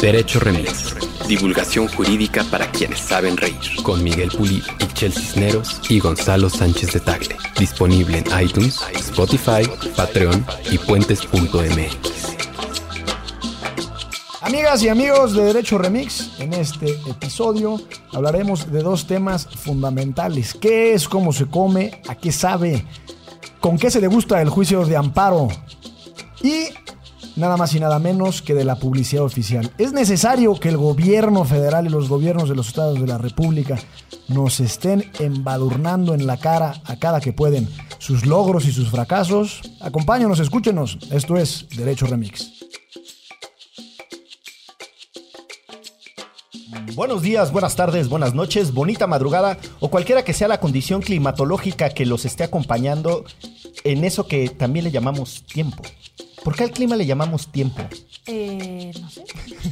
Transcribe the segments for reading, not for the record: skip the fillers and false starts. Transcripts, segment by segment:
Derecho Remix. Divulgación jurídica para quienes saben reír. Con Miguel Pulido, Ixchel Cisneros y Gonzalo Sánchez de Tagle. Disponible en iTunes, Spotify, Patreon y puentes.mx. Amigas y amigos de Derecho Remix, en este episodio hablaremos de dos temas fundamentales. ¿Qué es, cómo se come, a qué sabe, con qué se le gusta el juicio de amparo? Y nada más y nada menos que de la publicidad oficial. ¿Es necesario que el gobierno federal y los gobiernos de los estados de la república nos estén embadurnando en la cara a cada que pueden sus logros y sus fracasos? Acompáñanos, escúchenos. Esto es Derecho Remix. Buenos días, buenas tardes, buenas noches, bonita madrugada o cualquiera que sea la condición climatológica que los esté acompañando en eso que también le llamamos tiempo. ¿Por qué al clima le llamamos tiempo? No sé.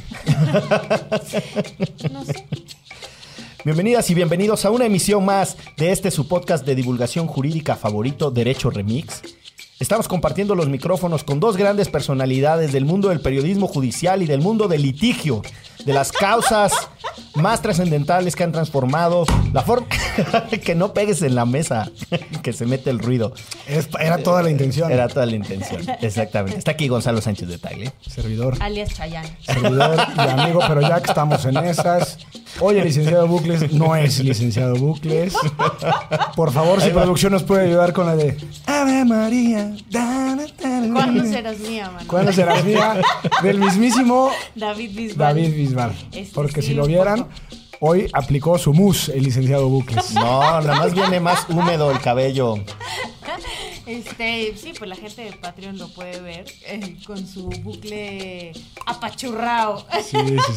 No sé. Bienvenidas y bienvenidos a una emisión más de su podcast de divulgación jurídica favorito, Derecho Remix. Estamos compartiendo los micrófonos con dos grandes personalidades del mundo del periodismo judicial y del mundo del litigio, de las causas más trascendentales que han transformado la forma... Que no pegues en la mesa, que se mete el ruido. Era toda la intención. Era toda la intención, exactamente. Está aquí Gonzalo Sánchez de Tagle. Servidor. Alias Chayanne. Servidor y amigo, pero ya que estamos en esas... Oye, licenciado Bucles, no es licenciado Bucles. Por favor, si producción nos puede ayudar con la de Ave María. ¿Cuándo serás mía, mano? ¿Cuándo serás mía? Del mismísimo David Bisbal. David Bisbal. Porque sí, si lo vieran, hoy aplicó su mousse el licenciado Bucles. No, nada más viene más húmedo el cabello. Sí, pues la gente de Patreon lo puede ver con su bucle apachurrao. Sí.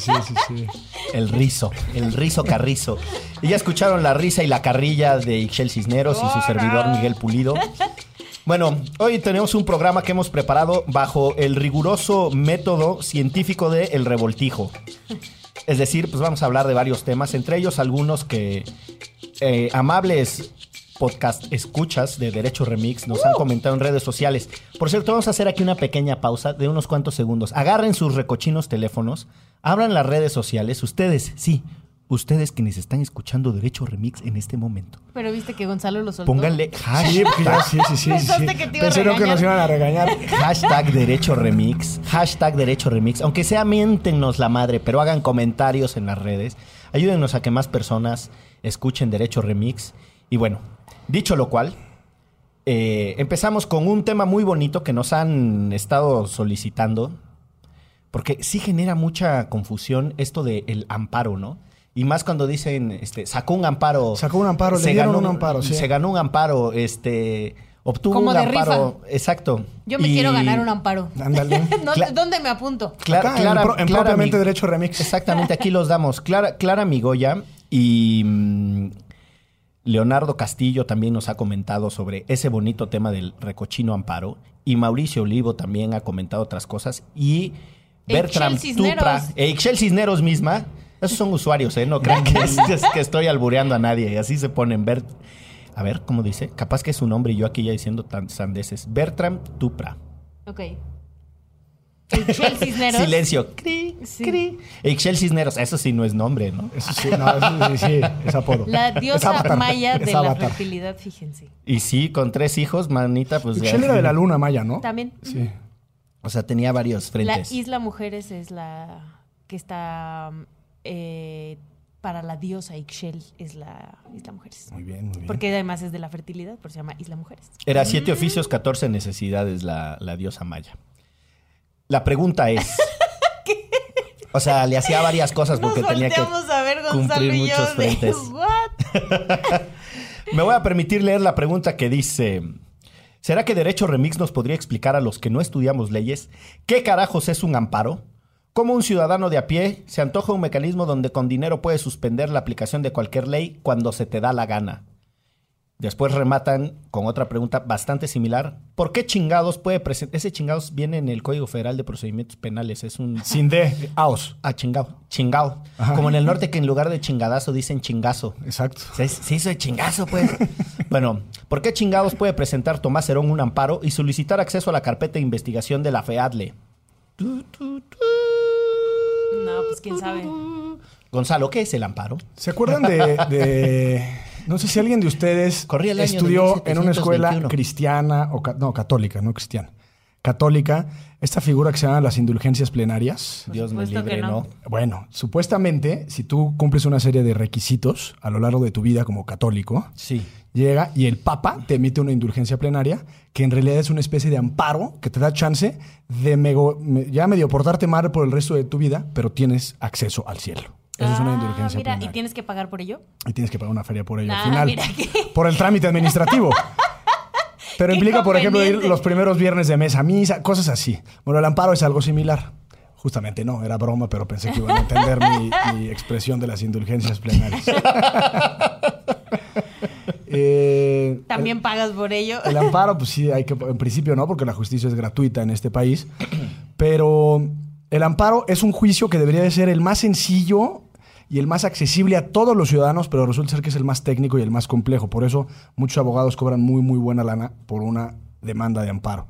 El rizo carrizo. Y ya escucharon la risa y la carrilla de Ixchel Cisneros y su servidor Miguel Pulido. Bueno, hoy tenemos un programa que hemos preparado bajo el riguroso método científico de El Revoltijo. Es decir, pues vamos a hablar de varios temas, entre ellos algunos que amables podcast escuchas de Derecho Remix nos han comentado en redes sociales. Por cierto, vamos a hacer aquí una pequeña pausa de unos cuantos segundos. Agarren sus recochinos teléfonos, abran las redes sociales. Ustedes quienes están escuchando Derecho Remix en este momento. Pero viste que Gonzalo lo soltó. Pónganle Sí. Pensaste que te iba a Pensaron regañar. que nos iban a regañar. Hashtag Derecho Remix. Hashtag Derecho Remix. Aunque sea miéntenos la madre, pero hagan comentarios en las redes. Ayúdennos a que más personas escuchen Derecho Remix. Y bueno, dicho lo cual, empezamos con un tema muy bonito que nos han estado solicitando. Porque sí genera mucha confusión esto del amparo, ¿no? Y más cuando dicen, sacó un amparo. Sacó un amparo, le dieron un amparo, sí. Se ganó un amparo, obtuvo Como un de amparo. Exacto. Yo me quiero ganar un amparo. Ándale. ¿Dónde me apunto? Acá, en propiamente Derecho Remix. Exactamente, aquí los damos. Clara Migoya y Leonardo Castillo también nos ha comentado sobre ese bonito tema del recochino amparo. Y Mauricio Olivo también ha comentado otras cosas. Y Bertram Tupra e Ixchel Cisneros misma. Esos son usuarios, No crean que estoy albureando a nadie. Y así se ponen. A ver, ¿cómo dice? Capaz que es su nombre y yo aquí ya diciendo tan sandeces. Bertram Tupra. Ok. Ixchel Cisneros. Silencio. Cri, Sí. cri. Ixchel Cisneros. Eso sí no es nombre, ¿no? Eso sí, es apodo. La diosa Es avatar, maya es de la avatar. fertilidad, fíjense. Y sí, con 3 hijos, manita, pues Ixchel era de la luna maya, ¿no? También. Sí. O sea, tenía varios La frentes. Isla Mujeres es la que está para la diosa Ixchel, es la Isla Mujeres. Muy bien. Porque además es de la fertilidad, por eso se llama Isla Mujeres. Era 7 oficios, 14 necesidades la diosa maya. La pregunta es... O sea, le hacía varias cosas porque tenía que a ver, Gonzalo cumplir y yo, muchos frentes. ¿What? Me voy a permitir leer la pregunta que dice... ¿Será que Derecho Remix nos podría explicar a los que no estudiamos leyes qué carajos es un amparo? ¿Cómo un ciudadano de a pie se antoja un mecanismo donde con dinero puedes suspender la aplicación de cualquier ley cuando se te da la gana? Después rematan con otra pregunta bastante similar. ¿Por qué chingados puede presentar? Ese chingados viene en el Código Federal de Procedimientos Penales. Es un... Sin D, aos. Ah, chingao. Ajá. Como en el norte que en lugar de chingadazo dicen chingazo. Exacto. Se hizo de chingazo, pues. Bueno, ¿por qué chingados puede presentar Tomás Herón un amparo y solicitar acceso a la carpeta de investigación de la FEADLE? No, pues quién sabe. Gonzalo, ¿qué es el amparo? ¿Se acuerdan de no sé si alguien de ustedes Corría el año de estudió en una escuela 1721. cristiana o católica, no cristiana? Católica, esta figura que se llama las indulgencias plenarias. Dios me supuesto libre, que no. ¿no? Bueno, supuestamente, si tú cumples una serie de requisitos a lo largo de tu vida como católico, Sí. llega y el Papa te emite una indulgencia plenaria, que en realidad es una especie de amparo que te da chance de ya medio portarte mal por el resto de tu vida, pero tienes acceso al cielo. Eso es una indulgencia mira, plenaria. ¿y tienes que pagar por ello? Y tienes que pagar una feria por ello al Ah, final. mira qué- Por el trámite administrativo. Pero Qué implica, por ejemplo, ir conveniente. los primeros viernes de mes a misa, cosas así. Bueno, el amparo es algo similar. Justamente no, era broma, pero pensé que iban a entender mi expresión de las indulgencias plenarias. ¿También pagas por ello? El amparo, pues sí, en principio no, porque la justicia es gratuita en este país. Pero el amparo es un juicio que debería de ser el más sencillo y el más accesible a todos los ciudadanos, pero resulta ser que es el más técnico y el más complejo. Por eso muchos abogados cobran muy, muy buena lana por una demanda de amparo.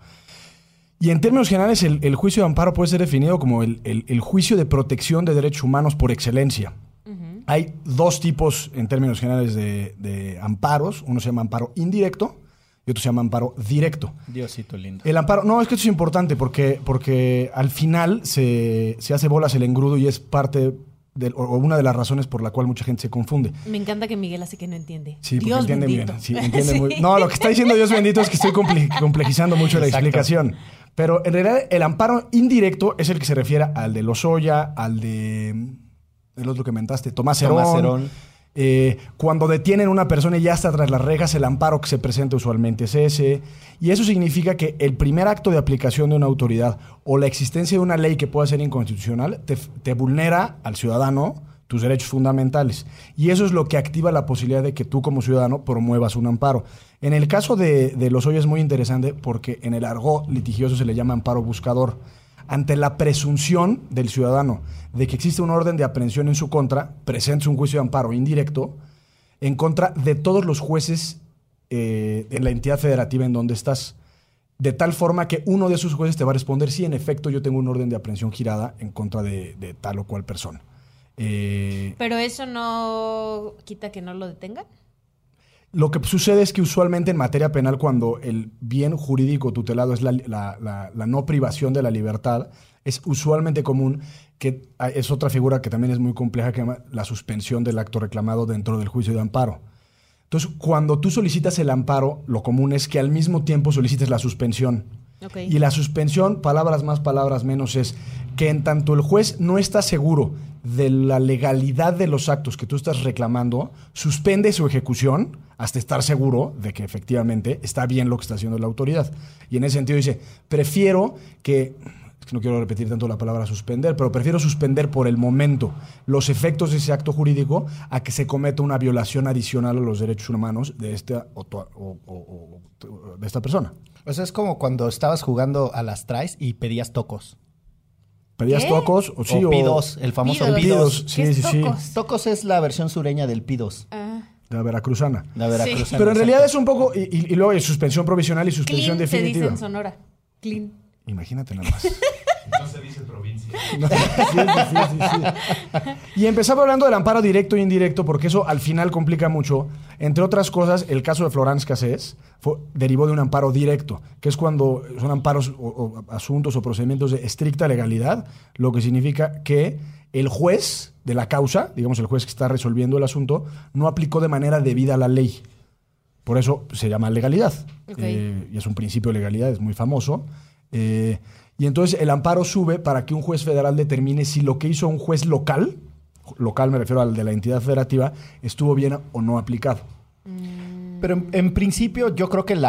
Y en términos generales, el juicio de amparo puede ser definido como el juicio de protección de derechos humanos por excelencia. Hay dos tipos, en términos generales, de amparos. Uno se llama amparo indirecto y otro se llama amparo directo. Diosito lindo. El amparo, no, es que esto es importante porque al final se hace bolas el engrudo y es parte o una de las razones por la cual mucha gente se confunde. Me encanta que Miguel hace que no entiende. Sí, porque Dios entiende bendito. bien. Sí, entiende muy. No, lo que está diciendo Dios bendito es que estoy complejizando mucho la Exacto. explicación. Pero en realidad el amparo indirecto es el que se refiere al de Lozoya, al de el otro que mentaste, Tomás Herón. Cuando detienen a una persona y ya está tras las rejas, el amparo que se presenta usualmente es ese. Y eso significa que el primer acto de aplicación de una autoridad o la existencia de una ley que pueda ser inconstitucional te vulnera al ciudadano tus derechos fundamentales. Y eso es lo que activa la posibilidad de que tú como ciudadano promuevas un amparo. En el caso de Lozoya es muy interesante porque en el argot litigioso se le llama amparo buscador. Ante la presunción del ciudadano de que existe un orden de aprehensión en su contra, presentes un juicio de amparo indirecto en contra de todos los jueces en la entidad federativa en donde estás. De tal forma que uno de esos jueces te va a responder si en efecto yo tengo un orden de aprehensión girada en contra de tal o cual persona. Pero eso no quita que no lo detengan. Lo que sucede es que usualmente en materia penal, cuando el bien jurídico tutelado es la no privación de la libertad, es usualmente común que es otra figura que también es muy compleja, que se llama la suspensión del acto reclamado dentro del juicio de amparo. Entonces, cuando tú solicitas el amparo, lo común es que al mismo tiempo solicites la suspensión. Okay. Y la suspensión, palabras más, palabras menos, es que en tanto el juez no está seguro de la legalidad de los actos que tú estás reclamando, suspende su ejecución hasta estar seguro de que efectivamente está bien lo que está haciendo la autoridad. Y en ese sentido dice, prefiero que... Es que no quiero repetir tanto la palabra suspender, pero prefiero suspender por el momento los efectos de ese acto jurídico a que se cometa una violación adicional a los derechos humanos de esta de esta persona. O sea, es como cuando estabas jugando a las traes y pedías tocos. ¿Pedías ¿Qué? tocos? O pidos, el famoso Pidos. pidos. Sí, ¿Qué es sí, sí. tocos? Tocos es la versión sureña del pidos. Ah, De la veracruzana. La veracruzana. Pero en realidad es exacto. un poco... Y luego hay suspensión provisional y suspensión clean se dice definitiva. en Sonora. Clean. Imagínate nada más. No se dice provincia. No, sí. Y empezaba hablando del amparo directo e indirecto, porque eso al final complica mucho. Entre otras cosas, el caso de Florence Cassés derivó de un amparo directo, que es cuando son amparos o asuntos o procedimientos de estricta legalidad, lo que significa que el juez de la causa, digamos el juez que está resolviendo el asunto, no aplicó de manera debida la ley. Por eso se llama legalidad. Ok. Y es un principio de legalidad, es muy famoso. Y entonces el amparo sube para que un juez federal determine si lo que hizo un juez local me refiero al de la entidad federativa, estuvo bien o no aplicado. Pero en principio yo creo que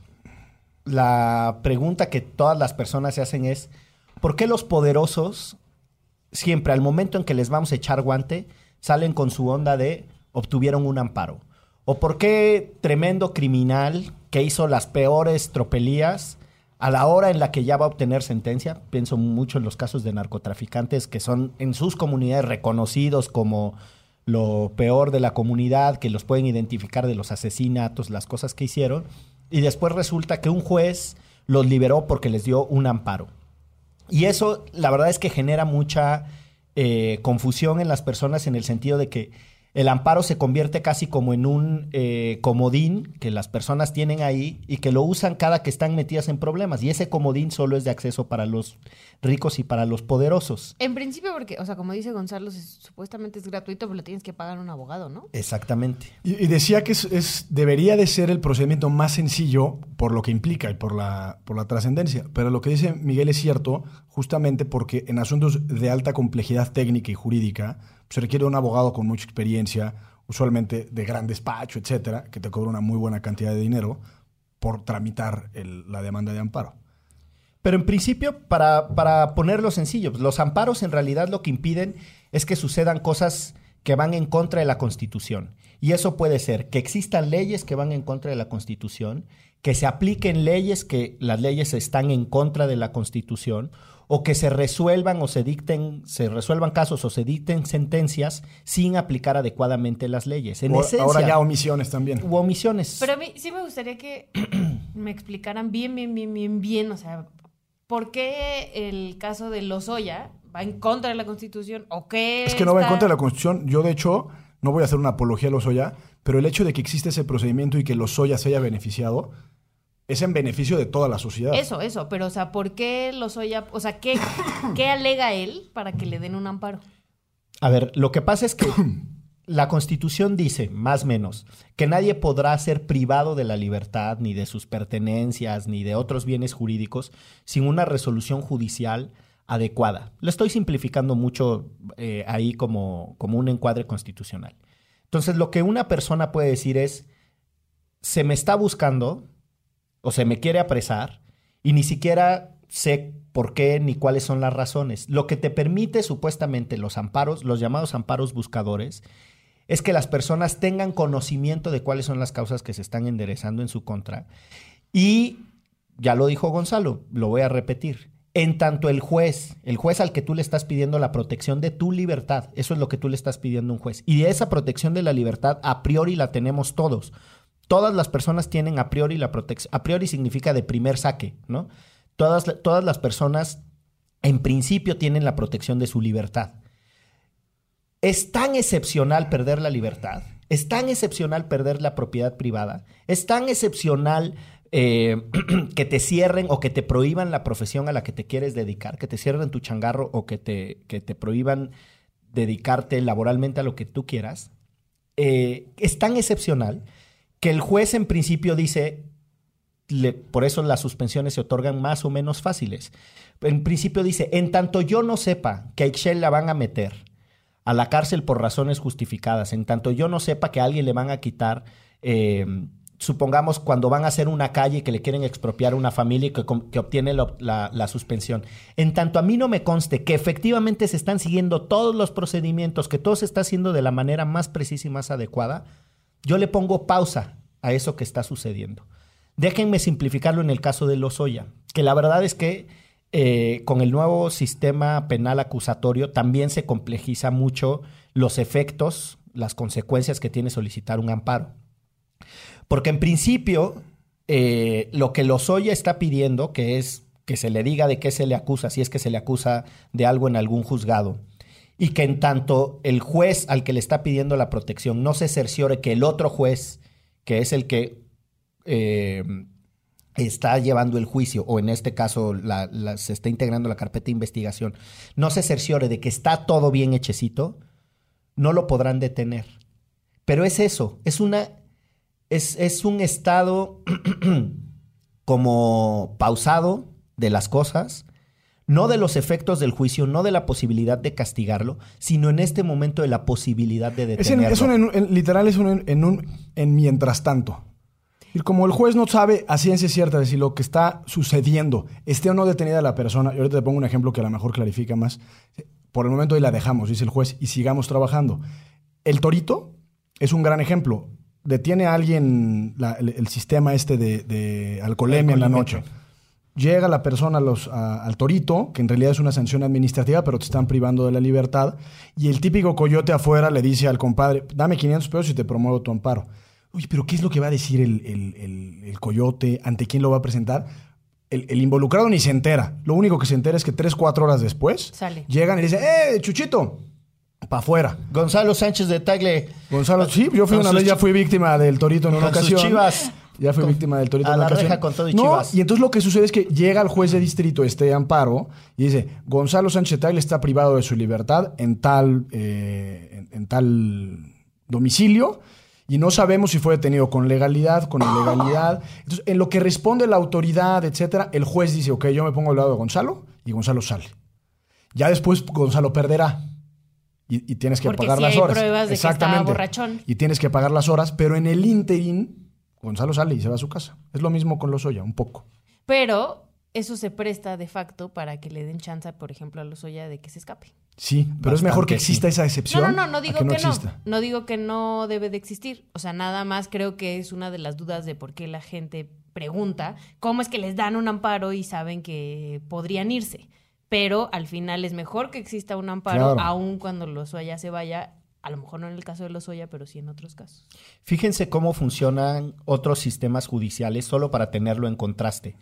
la pregunta que todas las personas se hacen es ¿por qué los poderosos siempre al momento en que les vamos a echar guante salen con su onda de obtuvieron un amparo? ¿O por qué tremendo criminal que hizo las peores tropelías a la hora en la que ya va a obtener sentencia? Pienso mucho en los casos de narcotraficantes que son en sus comunidades reconocidos como lo peor de la comunidad, que los pueden identificar de los asesinatos, las cosas que hicieron, y después resulta que un juez los liberó porque les dio un amparo. Y eso, la verdad es que genera mucha confusión en las personas en el sentido de que el amparo se convierte casi como en un comodín que las personas tienen ahí y que lo usan cada que están metidas en problemas. Y ese comodín solo es de acceso para los ricos y para los poderosos. En principio porque, o sea, como dice Gonzalo, supuestamente es gratuito, pero le tienes que pagar a un abogado, ¿no? Exactamente. Y decía que debería de ser el procedimiento más sencillo por lo que implica y por la trascendencia. Pero lo que dice Miguel es cierto, justamente porque en asuntos de alta complejidad técnica y jurídica se requiere un abogado con mucha experiencia, usualmente de gran despacho, etcétera, que te cobra una muy buena cantidad de dinero por tramitar la demanda de amparo. Pero en principio, para ponerlo sencillo, los amparos en realidad lo que impiden es que sucedan cosas que van en contra de la Constitución. Y eso puede ser que existan leyes que van en contra de la Constitución, que se apliquen leyes que las leyes están en contra de la Constitución, o que se resuelvan casos o se dicten sentencias sin aplicar adecuadamente las leyes. En esencia, ahora ya omisiones también. Hubo omisiones. Pero a mí sí me gustaría que me explicaran bien, o sea, ¿por qué el caso de Lozoya va en contra de la Constitución? ¿O qué? Es que no va en contra de la Constitución. Yo, de hecho, no voy a hacer una apología a Lozoya, pero el hecho de que existe ese procedimiento y que Lozoya se haya beneficiado es en beneficio de toda la sociedad. Eso, pero, o sea, ¿por qué Lozoya, o sea, qué alega él para que le den un amparo? A ver, lo que pasa es que la Constitución dice, más o menos, que nadie podrá ser privado de la libertad, ni de sus pertenencias, ni de otros bienes jurídicos, sin una resolución judicial adecuada. Lo estoy simplificando mucho ahí como un encuadre constitucional. Entonces, lo que una persona puede decir es, se me está buscando o se me quiere apresar y ni siquiera sé por qué ni cuáles son las razones. Lo que te permite supuestamente los amparos, los llamados amparos buscadores, es que las personas tengan conocimiento de cuáles son las causas que se están enderezando en su contra. Y ya lo dijo Gonzalo, lo voy a repetir. En tanto el juez al que tú le estás pidiendo la protección de tu libertad, eso es lo que tú le estás pidiendo a un juez. Y esa protección de la libertad a priori la tenemos todos. Todas las personas tienen a priori la protección. A priori significa de primer saque, ¿no? Todas las personas en principio tienen la protección de su libertad. Es tan excepcional perder la libertad, es tan excepcional perder la propiedad privada, es tan excepcional que te cierren o que te prohíban la profesión a la que te quieres dedicar, que te cierren tu changarro o que te prohíban dedicarte laboralmente a lo que tú quieras. Es tan excepcional que el juez en principio dice, por eso las suspensiones se otorgan más o menos fáciles. En principio dice, en tanto yo no sepa que a Ixchel la van a meter a la cárcel por razones justificadas, en tanto yo no sepa que a alguien le van a quitar, supongamos cuando van a hacer una calle y que le quieren expropiar a una familia y que obtiene la suspensión, en tanto a mí no me conste que efectivamente se están siguiendo todos los procedimientos, que todo se está haciendo de la manera más precisa y más adecuada, yo le pongo pausa a eso que está sucediendo. Déjenme simplificarlo en el caso de Lozoya, que la verdad es que con el nuevo sistema penal acusatorio también se complejiza mucho los efectos, las consecuencias que tiene solicitar un amparo. Porque en principio lo que Lozoya está pidiendo, que es que se le diga de qué se le acusa, si es que se le acusa de algo en algún juzgado, y que en tanto el juez al que le está pidiendo la protección no se cerciore que el otro juez, que es el que está llevando el juicio, o en este caso se está integrando la carpeta de investigación, no se cerciore de que está todo bien hechecito, no lo podrán detener. Pero es eso, es un estado como pausado de las cosas, no de los efectos del juicio, no de la posibilidad de castigarlo, sino en este momento de la posibilidad de detenerlo. Literal es en mientras tanto. Y como el juez no sabe a ciencia cierta de si lo que está sucediendo esté o no detenida la persona, y ahorita te pongo un ejemplo que a lo mejor clarifica más, por el momento ahí la dejamos, dice el juez, y sigamos trabajando. El Torito es un gran ejemplo. Detiene a alguien el sistema de alcoholemia en la noche. Llega la persona al Torito, que en realidad es una sanción administrativa, pero te están privando de la libertad, y el típico coyote afuera le dice al compadre, dame 500 pesos y te promuevo tu amparo. Oye, pero ¿qué es lo que va a decir el coyote? ¿Ante quién lo va a presentar? el involucrado ni se entera. Lo único que se entera es que 3-4 horas después llegan y dicen, Chuchito, para afuera. Gonzalo Sánchez de Tagle. Gonzalo, sí, yo fui una vez, ya fui víctima del Torito en una ocasión. Sus Chivas. Ya fui víctima del Torito en una ocasión. A la reja con todo y Chivas. Y entonces lo que sucede es que llega al juez de distrito, Amparo, y dice, Gonzalo Sánchez de Tagle está privado de su libertad en tal domicilio, y no sabemos si fue detenido con legalidad, con ilegalidad. Entonces, en lo que responde la autoridad, etcétera, el juez dice, ok, yo me pongo al lado de Gonzalo, y Gonzalo sale. Ya después Gonzalo perderá. Y tienes que pagar las horas. Pruebas de exactamente. Que estaba borrachón. Y tienes que pagar las horas, pero en el ínterin, Gonzalo sale y se va a su casa. Es lo mismo con Lozoya, un poco. Pero eso se presta de facto para que le den chance, por ejemplo, a Lozoya de que se escape. Sí, pero es mejor que exista esa excepción. No digo que no que no. exista. No digo que no debe de existir. O sea, nada más creo que es una de las dudas de por qué la gente pregunta cómo es que les dan un amparo y saben que podrían irse. Pero al final es mejor que exista un amparo, aun cuando Lozoya se vaya. A lo mejor no en el caso de Lozoya, pero sí en otros casos. Fíjense cómo funcionan otros sistemas judiciales, solo para tenerlo en contraste.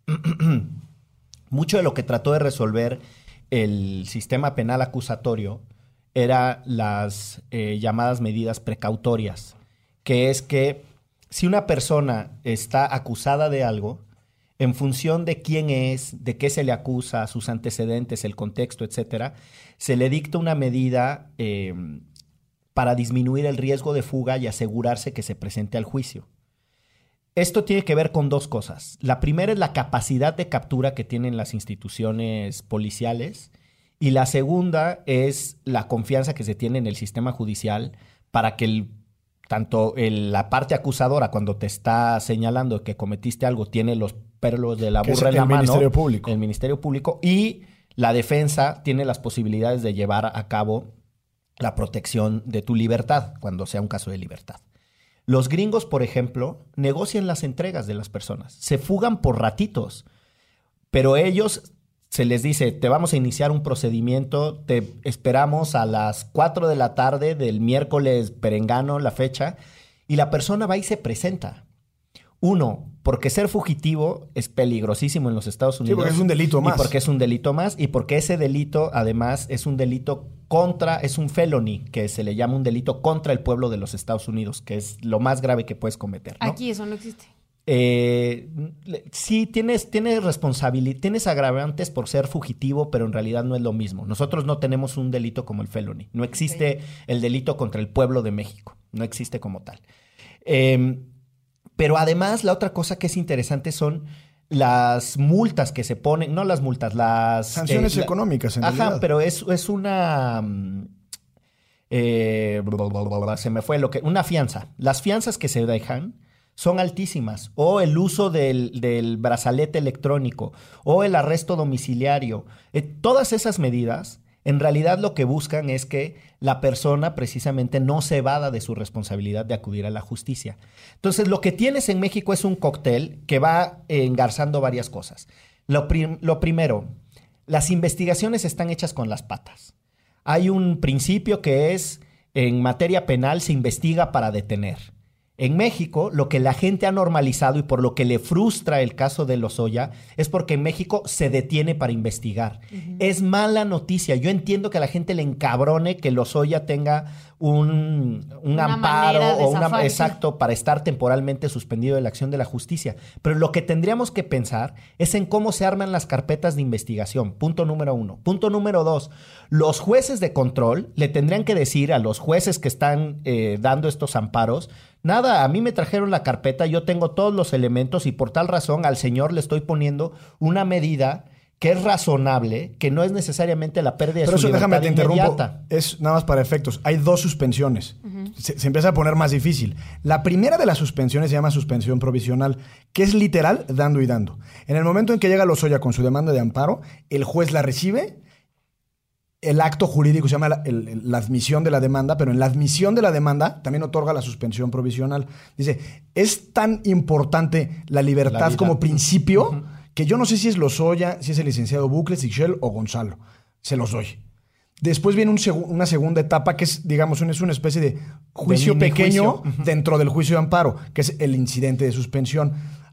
Mucho de lo que trató de resolver el sistema penal acusatorio era las llamadas medidas precautorias, que es que si una persona está acusada de algo, en función de quién es, de qué se le acusa, sus antecedentes, el contexto, etcétera, se le dicta una medida para disminuir el riesgo de fuga y asegurarse que se presente al juicio. Esto tiene que ver con dos cosas. La primera es la capacidad de captura que tienen las instituciones policiales, y la segunda es la confianza que se tiene en el sistema judicial para que la parte acusadora, cuando te está señalando que cometiste algo, tiene los perlos de la burra en la mano. El Ministerio Público. Y la defensa tiene las posibilidades de llevar a cabo la protección de tu libertad, cuando sea un caso de libertad. Los gringos, por ejemplo, negocian las entregas de las personas. Se fugan por ratitos, pero ellos se les dice, te vamos a iniciar un procedimiento, te esperamos a las 4 de la tarde del miércoles perengano, la fecha, y la persona va y se presenta. Uno, porque ser fugitivo es peligrosísimo en los Estados Unidos. Sí, porque es un delito más. Y porque es un delito más, y porque ese delito, además, es un delito es un felony, que se le llama un delito contra el pueblo de los Estados Unidos, que es lo más grave que puedes cometer, ¿no? Aquí eso no existe. Sí, tienes responsabilidad, tienes agravantes por ser fugitivo, pero en realidad no es lo mismo. Nosotros no tenemos un delito como el felony. No existe el delito contra el pueblo de México. No existe como tal. Pero además, la otra cosa que es interesante son las multas que se ponen, no las multas, las sanciones económicas, en realidad. Ajá, pero es una se me fue una fianza. Las fianzas que se dejan son altísimas, o el uso del brazalete electrónico, o el arresto domiciliario. Todas esas medidas, en realidad lo que buscan es que la persona precisamente no se evada de su responsabilidad de acudir a la justicia. Entonces, lo que tienes en México es un cóctel que va engarzando varias cosas. Lo primero, las investigaciones están hechas con las patas. Hay un principio que es, en materia penal se investiga para detener. En México, lo que la gente ha normalizado y por lo que le frustra el caso de Lozoya es porque en México se detiene para investigar. Uh-huh. Es mala noticia. Yo entiendo que a la gente le encabrone que Lozoya tenga un amparo o exacto para estar temporalmente suspendido de la acción de la justicia. Pero lo que tendríamos que pensar es en cómo se arman las carpetas de investigación. Punto número 1. Punto número 2. Los jueces de control le tendrían que decir a los jueces que están dando estos amparos: nada, a mí me trajeron la carpeta, yo tengo todos los elementos y por tal razón al señor le estoy poniendo una medida que es razonable, que no es necesariamente la pérdida de su libertad inmediata. Es nada más para efectos. Hay 2 suspensiones. Uh-huh. Se empieza a poner más difícil. La primera de las suspensiones se llama suspensión provisional, que es literal dando y dando. En el momento en que llega Lozoya con su demanda de amparo, el juez la recibe. El acto jurídico se llama la admisión de la demanda, pero en la admisión de la demanda también otorga la suspensión provisional. Dice, es tan importante la libertad como principio, uh-huh, que yo no sé si es Lozoya, si es el licenciado Bucles, Ixchel o Gonzalo. Se los doy. Después viene una segunda etapa que es, digamos, es una especie de juicio pequeño dentro del juicio de amparo, que es el incidente de suspensión.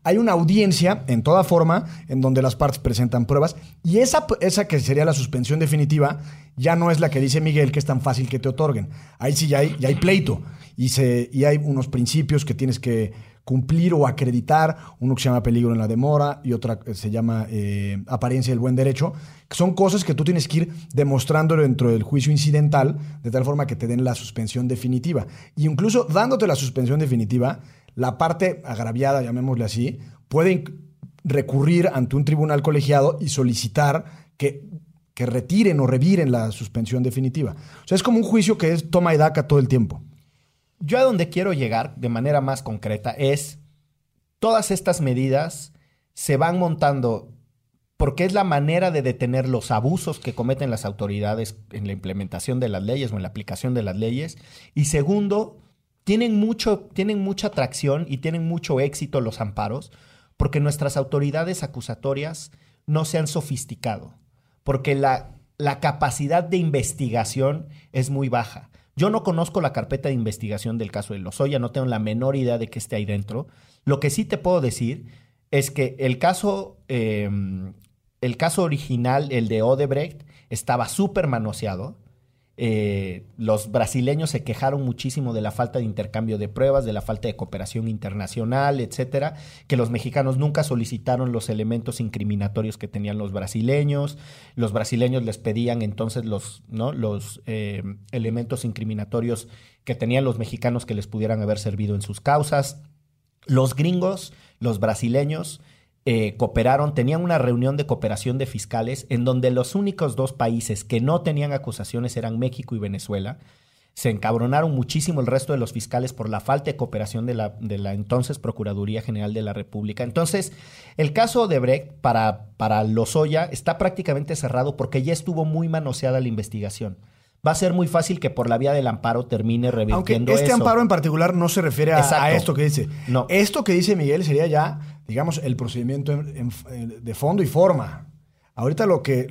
hay una audiencia en toda forma en donde las partes presentan pruebas y esa que sería la suspensión definitiva ya no es la que dice Miguel, que es tan fácil que te otorguen. Ahí sí ya hay pleito y hay unos principios que tienes que cumplir o acreditar, uno que se llama peligro en la demora y otra que se llama apariencia del buen derecho, que son cosas que tú tienes que ir demostrándolo dentro del juicio incidental de tal forma que te den la suspensión definitiva. Y incluso dándote la suspensión definitiva, la parte agraviada, llamémosle así, puede recurrir ante un tribunal colegiado y solicitar que retiren o reviren la suspensión definitiva. O sea, es como un juicio que es toma y daca todo el tiempo. Yo a donde quiero llegar de manera más concreta es todas estas medidas se van montando porque es la manera de detener los abusos que cometen las autoridades en la implementación de las leyes o en la aplicación de las leyes. Y segundo, tienen mucha atracción y tienen mucho éxito los amparos porque nuestras autoridades acusatorias no se han sofisticado, porque la capacidad de investigación es muy baja. Yo no conozco la carpeta de investigación del caso de Lozoya, no tengo la menor idea de qué esté ahí dentro. Lo que sí te puedo decir es que el caso original, el de Odebrecht, estaba súper manoseado. Los brasileños se quejaron muchísimo de la falta de intercambio de pruebas, de la falta de cooperación internacional, etcétera, que los mexicanos nunca solicitaron los elementos incriminatorios que tenían los brasileños. Los brasileños les pedían entonces los elementos incriminatorios que tenían los mexicanos que les pudieran haber servido en sus causas. Los gringos, los brasileños, cooperaron, tenían una reunión de cooperación de fiscales en donde los únicos dos países que no tenían acusaciones eran México y Venezuela. Se encabronaron muchísimo el resto de los fiscales por la falta de cooperación de la entonces Procuraduría General de la República. Entonces, el caso Odebrecht para Lozoya está prácticamente cerrado porque ya estuvo muy manoseada la investigación. Va a ser muy fácil que por la vía del amparo termine revirtiendo eso. Aunque amparo en particular no se refiere a esto que dice. No. Esto que dice Miguel sería ya, digamos, el procedimiento de fondo y forma. Ahorita lo que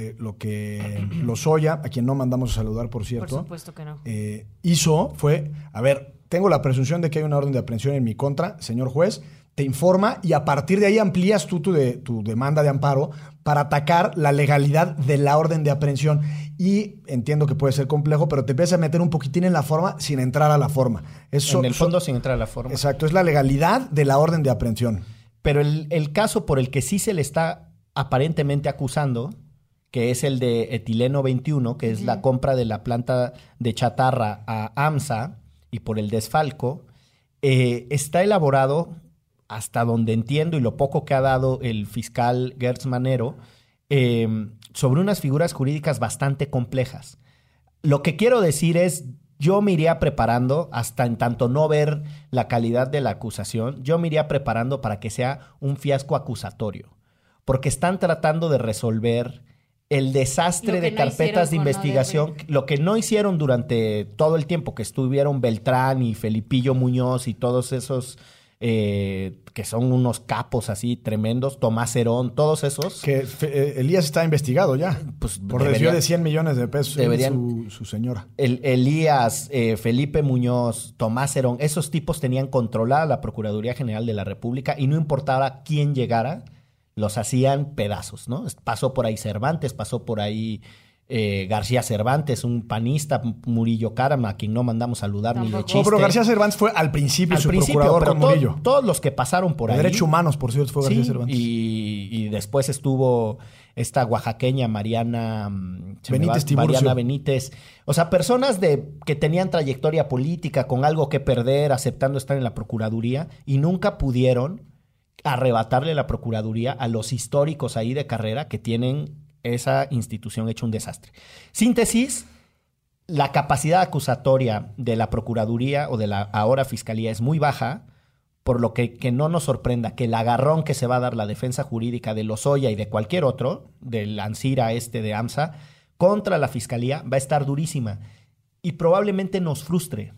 Lozoya, a quien no mandamos a saludar, por cierto. Por supuesto que no. Hizo fue, a ver, tengo la presunción de que hay una orden de aprehensión en mi contra, señor juez, te informa y a partir de ahí amplías tú tu demanda de amparo para atacar la legalidad de la orden de aprehensión. Y entiendo que puede ser complejo, pero te empiezas a meter un poquitín en la forma sin entrar a la forma. En el fondo sin entrar a la forma. Exacto, es la legalidad de la orden de aprehensión. Pero el caso por el que sí se le está aparentemente acusando, que es el de etileno 21, que es la compra de la planta de chatarra a AMSA y por el desfalco, está elaborado, hasta donde entiendo y lo poco que ha dado el fiscal Gertz Manero, sobre unas figuras jurídicas bastante complejas. Lo que quiero decir es, yo me iría preparando, hasta en tanto no ver la calidad de la acusación, yo me iría preparando para que sea un fiasco acusatorio, porque están tratando de resolver el desastre de carpetas de investigación, lo que no hicieron durante todo el tiempo que estuvieron Beltrán y Felipillo Muñoz y todos esos que son unos capos así tremendos, Tomás Herón, todos esos. Que Elías está investigado ya, pues por desvío de 100 millones de pesos su señora. Elías, Felipe Muñoz, Tomás Herón, esos tipos tenían controlada la Procuraduría General de la República y no importaba quién llegara, los hacían pedazos, ¿no? Pasó por ahí Cervantes, pasó por ahí García Cervantes, un panista, Murillo Karam, a quien no mandamos saludar ni de chiste. No, pero García Cervantes fue al principio procurador con Murillo. Todos los que pasaron por ahí. Derechos humanos, por cierto, fue García Cervantes. Y después estuvo esta oaxaqueña Mariana Benítez. O sea, personas que tenían trayectoria política, con algo que perder, aceptando estar en la Procuraduría, y nunca pudieron arrebatarle la Procuraduría a los históricos ahí de carrera que tienen esa institución hecho un desastre. Síntesis, la capacidad acusatoria de la Procuraduría o de la ahora Fiscalía es muy baja, por lo que no nos sorprenda que el agarrón que se va a dar la defensa jurídica de Lozoya y de cualquier otro, del Ancira de AMSA, contra la Fiscalía va a estar durísima. Y probablemente nos frustre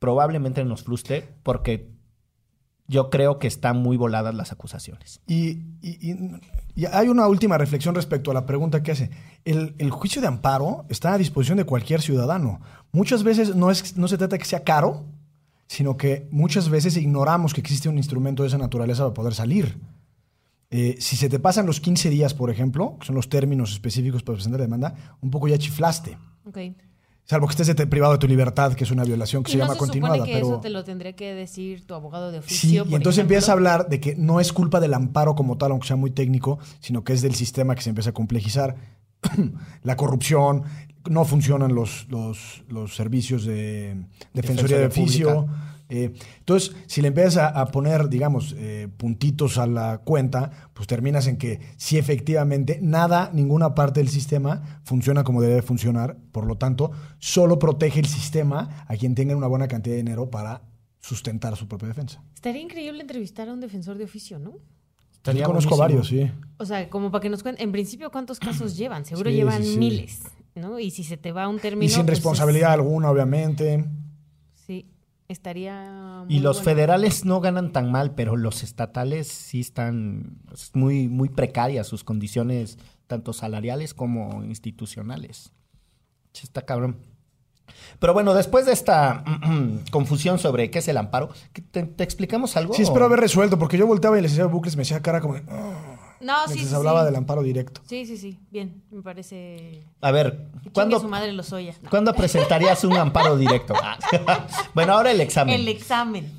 porque yo creo que están muy voladas las acusaciones. Y hay una última reflexión respecto a la pregunta que hace. El juicio de amparo está a disposición de cualquier ciudadano. Muchas veces no se trata de que sea caro, sino que muchas veces ignoramos que existe un instrumento de esa naturaleza para poder salir. Si se te pasan los 15 días, por ejemplo, que son los términos específicos para presentar demanda, un poco ya chiflaste. Ok. Salvo que estés privado de tu libertad, que es una violación que se llama continuada. ¿Y no se supone que pero... eso te lo tendría que decir tu abogado de oficio? Sí, y por entonces ejemplo? empiezas a hablar de que no es culpa del amparo como tal, aunque sea muy técnico, sino que es del sistema que se empieza a complejizar. La corrupción, no funcionan los servicios de defensoría de oficio. Entonces, si le empiezas a poner, digamos, puntitos a la cuenta, pues terminas en que sí, efectivamente, ninguna parte del sistema funciona como debe funcionar. Por lo tanto, solo protege el sistema a quien tenga una buena cantidad de dinero para sustentar su propia defensa. Estaría increíble entrevistar a un defensor de oficio, ¿no? Yo conozco varios, sí. O sea, como para que nos cuenten, en principio, ¿cuántos casos llevan? Seguro Sí, llevan sí. miles, ¿no? Y si se te va un término... Y sin pues responsabilidad alguna, obviamente. Sí, estaría... Y muy los bueno. federales no ganan tan mal, pero los estatales sí están muy, muy precarias sus condiciones, tanto salariales como institucionales. Sí, está cabrón. Pero bueno, después de esta confusión sobre qué es el amparo, ¿te explicamos algo? Sí, espero haber resuelto, porque yo volteaba y el licenciado Bucles me hacía cara como de... No, sí, mientras sí, hablaba sí. del amparo directo. Sí, bien, me parece... A ver, ¿Cuándo? Su madre lo soya. No. ¿cuándo presentarías un amparo directo? Bueno, ahora el examen. El examen.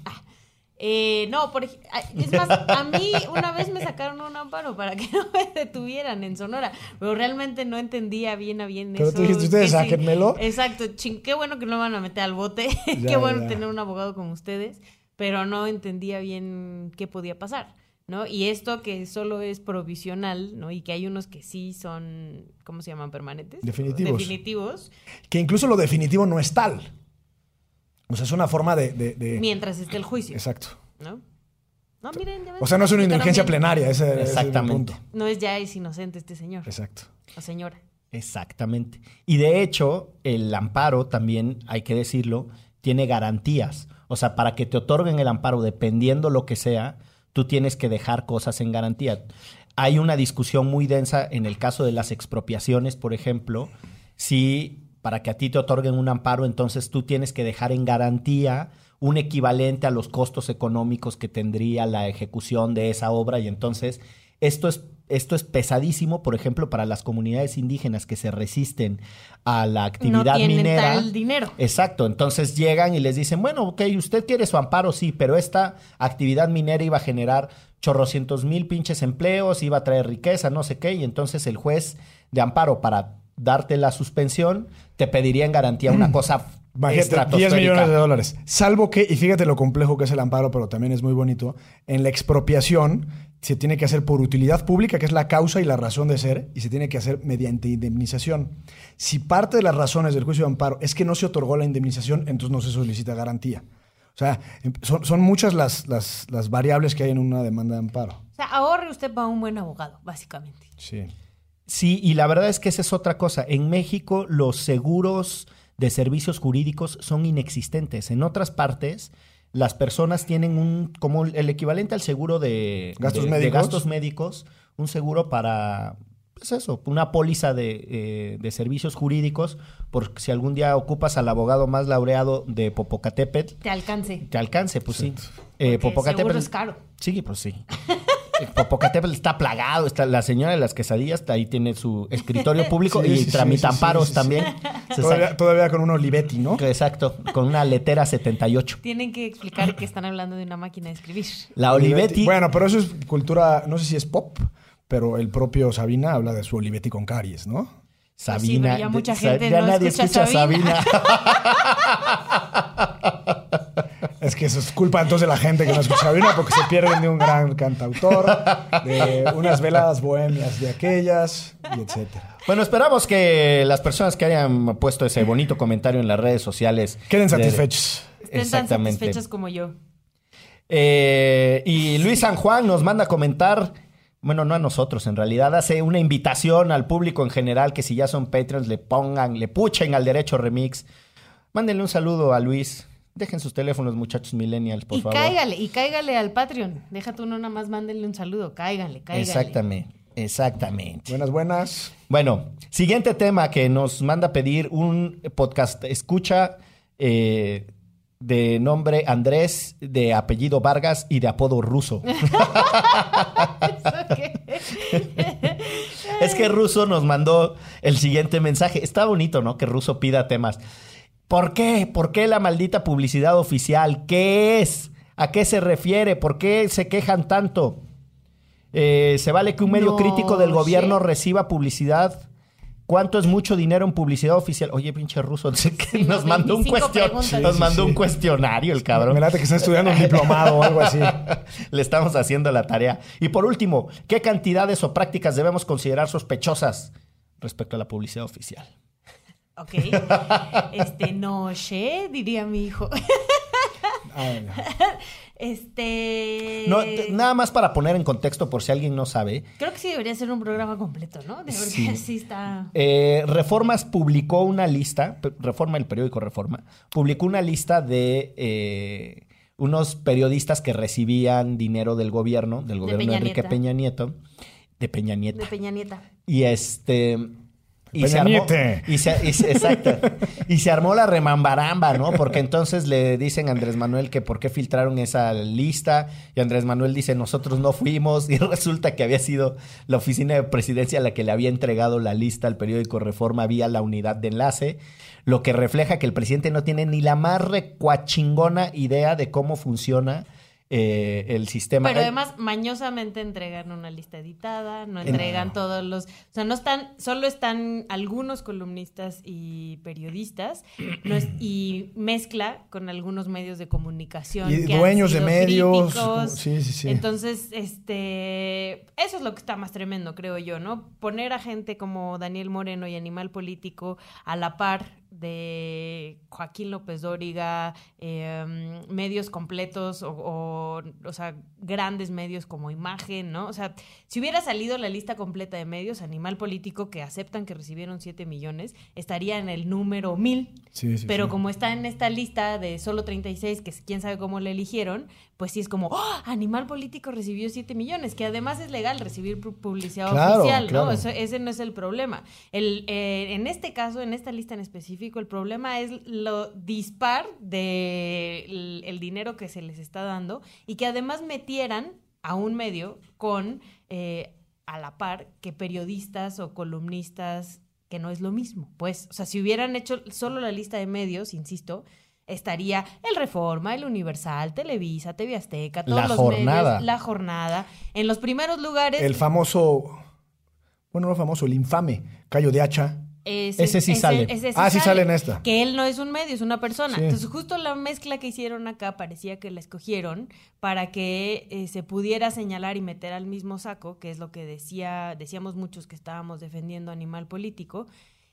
No, es más, a mí una vez me sacaron un amparo para que no me detuvieran en Sonora, pero realmente no entendía bien a bien Pero eso. tú dijiste, ustedes que sí. sáquenmelo. Exacto, qué bueno que no van a meter al bote, Ya, qué bueno ya. tener un abogado como ustedes, pero no entendía bien qué podía pasar, ¿no? Y esto que solo es provisional, ¿no? Y que hay unos que sí son, ¿cómo se llaman? Permanentes. Definitivos. Que incluso lo definitivo no es tal. O sea, es una forma de... Mientras esté el juicio. Exacto. ¿No? No, miren, ya ven, O sea, no es una explicaron indulgencia bien. plenaria, ese es el Exactamente. punto. No es ya es inocente este señor Exacto. o señora. Exactamente. Y de hecho, el amparo también, hay que decirlo, tiene garantías. O sea, para que te otorguen el amparo, dependiendo lo que sea, tú tienes que dejar cosas en garantía. Hay una discusión muy densa en el caso de las expropiaciones, por ejemplo, si para que a ti te otorguen un amparo, entonces tú tienes que dejar en garantía un equivalente a los costos económicos que tendría la ejecución de esa obra, y entonces esto es pesadísimo, por ejemplo, para las comunidades indígenas que se resisten a la actividad no tienen minera. tal dinero. Exacto, entonces llegan y les dicen, bueno, ok, usted quiere su amparo, sí, pero esta actividad minera iba a generar chorrocientos mil pinches empleos, iba a traer riqueza, no sé qué, y entonces el juez de amparo, para darte la suspensión, te pediría en garantía una cosa Imagínate, 10 millones de dólares. Salvo que, y fíjate lo complejo que es el amparo, pero también es muy bonito, en la expropiación se tiene que hacer por utilidad pública, que es la causa y la razón de ser, y se tiene que hacer mediante indemnización. Si parte de las razones del juicio de amparo es que no se otorgó la indemnización, entonces no se solicita garantía. O sea, son muchas las variables que hay en una demanda de amparo. O sea, ahorre usted para un buen abogado, básicamente. Sí. Sí, y la verdad es que esa es otra cosa. En México los seguros de servicios jurídicos son inexistentes. En otras partes, las personas tienen como el equivalente al seguro de gastos médicos, un seguro para, pues eso, una póliza de servicios jurídicos, por si algún día ocupas al abogado más laureado de Popocatépetl. Te alcance. Te alcance, pues sí. Porque seguro es caro. Sí, pues sí. Popocatépetl está plagado, está la señora de las quesadillas, ahí tiene su escritorio público y tramita amparos también. Todavía con un Olivetti, ¿no? Exacto, con una letera 78. Tienen que explicar que están hablando de una máquina de escribir. La Olivetti. Bueno, pero eso es cultura, no sé si es pop, pero el propio Sabina habla de su Olivetti con caries, ¿no? Sabina. Sí, pero ya mucha gente ya no nadie escucha Sabina. Es que eso es culpa entonces de la gente que no escucha Sabina, porque se pierden de un gran cantautor, de unas veladas bohemias de aquellas, y etcétera. Bueno, esperamos que las personas que hayan puesto ese bonito comentario en las redes sociales queden satisfechos. Estén tan satisfechos como yo. Y Luis San Juan nos manda a comentar, bueno, no a nosotros en realidad, hace una invitación al público en general que si ya son Patreons le puchen al Derecho Remix. Mándenle un saludo a Luis. Dejen sus teléfonos, muchachos millennials, por favor. Cáigale al Patreon. Deja tú no nada más mándenle un saludo. Cáigale. Exactamente. Buenas. Bueno, siguiente tema que nos manda a pedir un podcast escucha de nombre Andrés, de apellido Vargas y de apodo Ruso. Es que Ruso nos mandó el siguiente mensaje. Está bonito, ¿no? Que Ruso pida temas. ¿Por qué? ¿Por qué la maldita publicidad oficial? ¿Qué es? ¿A qué se refiere? ¿Por qué se quejan tanto? ¿Se vale que un medio crítico del gobierno reciba publicidad? ¿Cuánto es mucho dinero en publicidad oficial? Oye, pinche Ruso, nos mandó un cuestionario el cabrón. Me late que está estudiando un diplomado o algo así. Le estamos haciendo la tarea. Y por último, ¿qué cantidades o prácticas debemos considerar sospechosas respecto a la publicidad oficial? Ok. No sé, diría mi hijo. No, nada más para poner en contexto por si alguien no sabe. Creo que sí debería ser un programa completo, ¿no? Sí está. Reformas publicó una lista, Reforma, el periódico Reforma, publicó una lista de unos periodistas que recibían dinero del gobierno de Enrique Peña Nieto. De Peña Nieta. Y y se armó la remambaramba, ¿no? Porque entonces le dicen a Andrés Manuel que por qué filtraron esa lista, y Andrés Manuel dice, nosotros no fuimos, y resulta que había sido la oficina de presidencia la que le había entregado la lista al periódico Reforma vía la unidad de enlace, lo que refleja que el presidente no tiene ni la más recuachingona idea de cómo funciona el sistema. Pero además mañosamente entregan una lista editada, no entregan todos los... O sea, no están... Solo están algunos columnistas y periodistas y mezcla con algunos medios de comunicación. Y dueños de medios. Sí. Entonces, eso es lo que está más tremendo, creo yo, ¿no? Poner a gente como Daniel Moreno y Animal Político a la par de Joaquín López Dóriga, medios completos o sea, grandes medios como Imagen, ¿no? O sea, si hubiera salido la lista completa de medios, Animal Político, que aceptan que recibieron 7 millones, estaría en el número 1000. Pero como está en esta lista de solo 36, que quién sabe cómo le eligieron, pues sí es como, Animal Político recibió 7 millones, que además es legal recibir publicidad oficial, ¿no? Claro. Ese no es el problema. En este caso, en esta lista en específico, el problema es lo dispar de el dinero que se les está dando y que además metieran a un medio con a la par que periodistas o columnistas, que no es lo mismo. Pues, o sea, si hubieran hecho solo la lista de medios, insisto, estaría el Reforma, el Universal, Televisa, TV Azteca, todos los medios, La Jornada. En los primeros lugares... El famoso... Bueno, no famoso, el infame Cayo de Hacha. Ese sí sale. Sí sale en esta. Que él no es un medio, es una persona. Sí. Entonces, justo la mezcla que hicieron acá parecía que la escogieron para que se pudiera señalar y meter al mismo saco, que es lo que decíamos muchos que estábamos defendiendo Animal Político,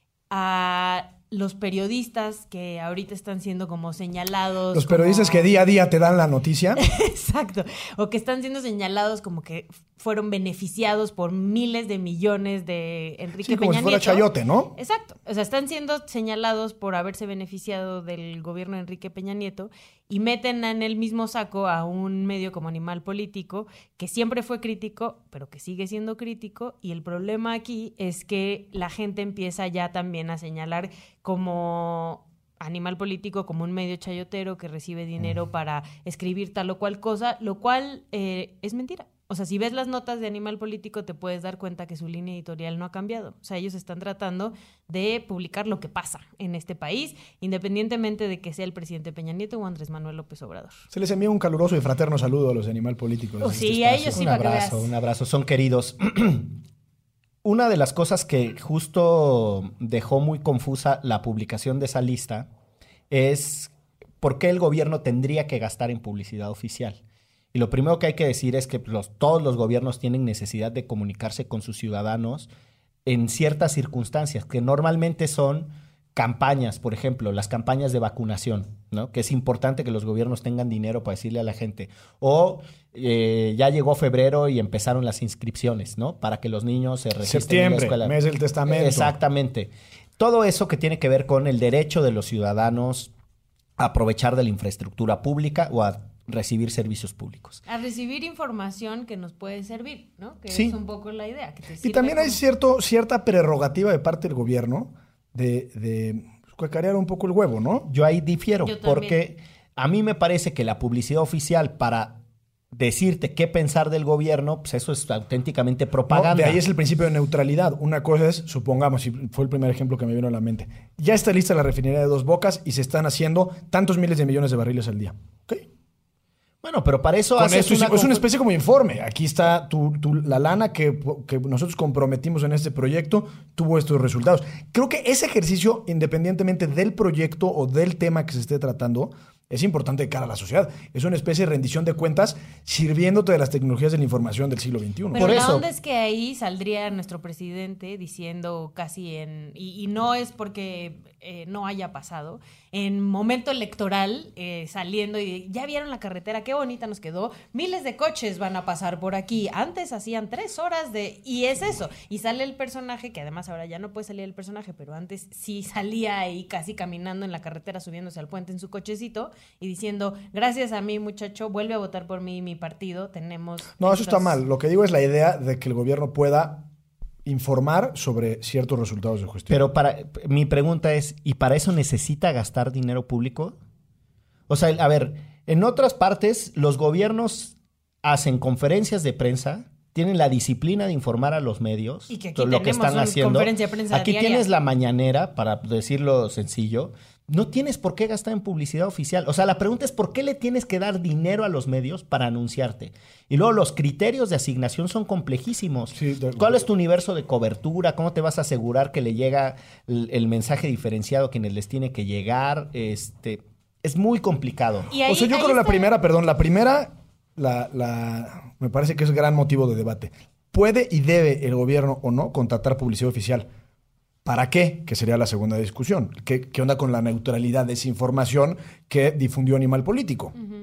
a los periodistas que ahorita están siendo como señalados. Los periodistas que día a día te dan la noticia. Exacto. O que están siendo señalados como que fueron beneficiados por miles de millones de Enrique Peña Nieto. Como si fuera chayote, ¿no? Exacto. O sea, están siendo señalados por haberse beneficiado del gobierno de Enrique Peña Nieto y meten en el mismo saco a un medio como Animal Político, que siempre fue crítico, pero que sigue siendo crítico. Y el problema aquí es que la gente empieza ya también a señalar como Animal Político como un medio chayotero que recibe dinero para escribir tal o cual cosa, lo cual es mentira. O sea, si ves las notas de Animal Político te puedes dar cuenta que su línea editorial no ha cambiado. O sea, ellos están tratando de publicar lo que pasa en este país, independientemente de que sea el presidente Peña Nieto o Andrés Manuel López Obrador. Se les envía un caluroso y fraterno saludo a los de Animal Político. Sí, a ellos sí, un abrazo, son queridos. Una de las cosas que justo dejó muy confusa la publicación de esa lista es por qué el gobierno tendría que gastar en publicidad oficial. Y lo primero que hay que decir es que todos los gobiernos tienen necesidad de comunicarse con sus ciudadanos en ciertas circunstancias, que normalmente son campañas, por ejemplo, las campañas de vacunación, ¿no? Que es importante que los gobiernos tengan dinero para decirle a la gente. O ya llegó febrero y empezaron las inscripciones, ¿no? Para que los niños se registren en la escuela. Septiembre, mes del testamento. Exactamente. Todo eso que tiene que ver con el derecho de los ciudadanos a aprovechar de la infraestructura pública o a recibir servicios públicos. A recibir información que nos puede servir, ¿no? Que sí. Es un poco la idea. Que te y también hay cierta prerrogativa de parte del gobierno de cacarear un poco el huevo, ¿no? Yo ahí difiero, porque a mí me parece que la publicidad oficial para decirte qué pensar del gobierno, pues eso es auténticamente propaganda. No, de ahí es el principio de neutralidad. Una cosa es, supongamos, y fue el primer ejemplo que me vino a la mente, ya está lista la refinería de Dos Bocas y se están haciendo tantos miles de millones de barriles al día. ¿Ok? Bueno, pero para eso es una especie como informe. Aquí está la lana que nosotros comprometimos en este proyecto, tuvo estos resultados. Creo que ese ejercicio, independientemente del proyecto o del tema que se esté tratando, es importante de cara a la sociedad. Es una especie de rendición de cuentas sirviéndote de las tecnologías de la información del siglo XXI. Pero por la eso onda es que ahí saldría nuestro presidente diciendo casi y no es porque no haya pasado, en momento electoral saliendo y ya vieron la carretera, qué bonita nos quedó, miles de coches van a pasar por aquí, antes hacían 3 horas y es eso, y sale el personaje, que además ahora ya no puede salir el personaje, pero antes sí salía ahí casi caminando en la carretera, subiéndose al puente en su cochecito y diciendo, gracias a mí muchacho, vuelve a votar por mí y mi partido, tenemos... No, eso está mal. Lo que digo es la idea de que el gobierno pueda informar sobre ciertos resultados de gestión. Pero mi pregunta es, ¿y para eso necesita gastar dinero público? O sea, a ver, en otras partes los gobiernos hacen conferencias de prensa, tienen la disciplina de informar a los medios, y que aquí lo que están haciendo. Conferencia de prensa aquí diaria. tienes la mañanera, para decirlo sencillo. No tienes por qué gastar en publicidad oficial. O sea, la pregunta es ¿por qué le tienes que dar dinero a los medios para anunciarte? Y luego los criterios de asignación son complejísimos. Sí, ¿Cuál es tu universo de cobertura? ¿Cómo te vas a asegurar que le llega el mensaje diferenciado a quienes les tiene que llegar? Es muy complicado. Y ahí, o sea, yo creo la primera, me parece que es gran motivo de debate. ¿Puede y debe el gobierno o no contratar publicidad oficial? ¿Para qué? Que sería la segunda discusión. ¿Qué onda con la neutralidad de esa información que difundió Animal Político? Uh-huh.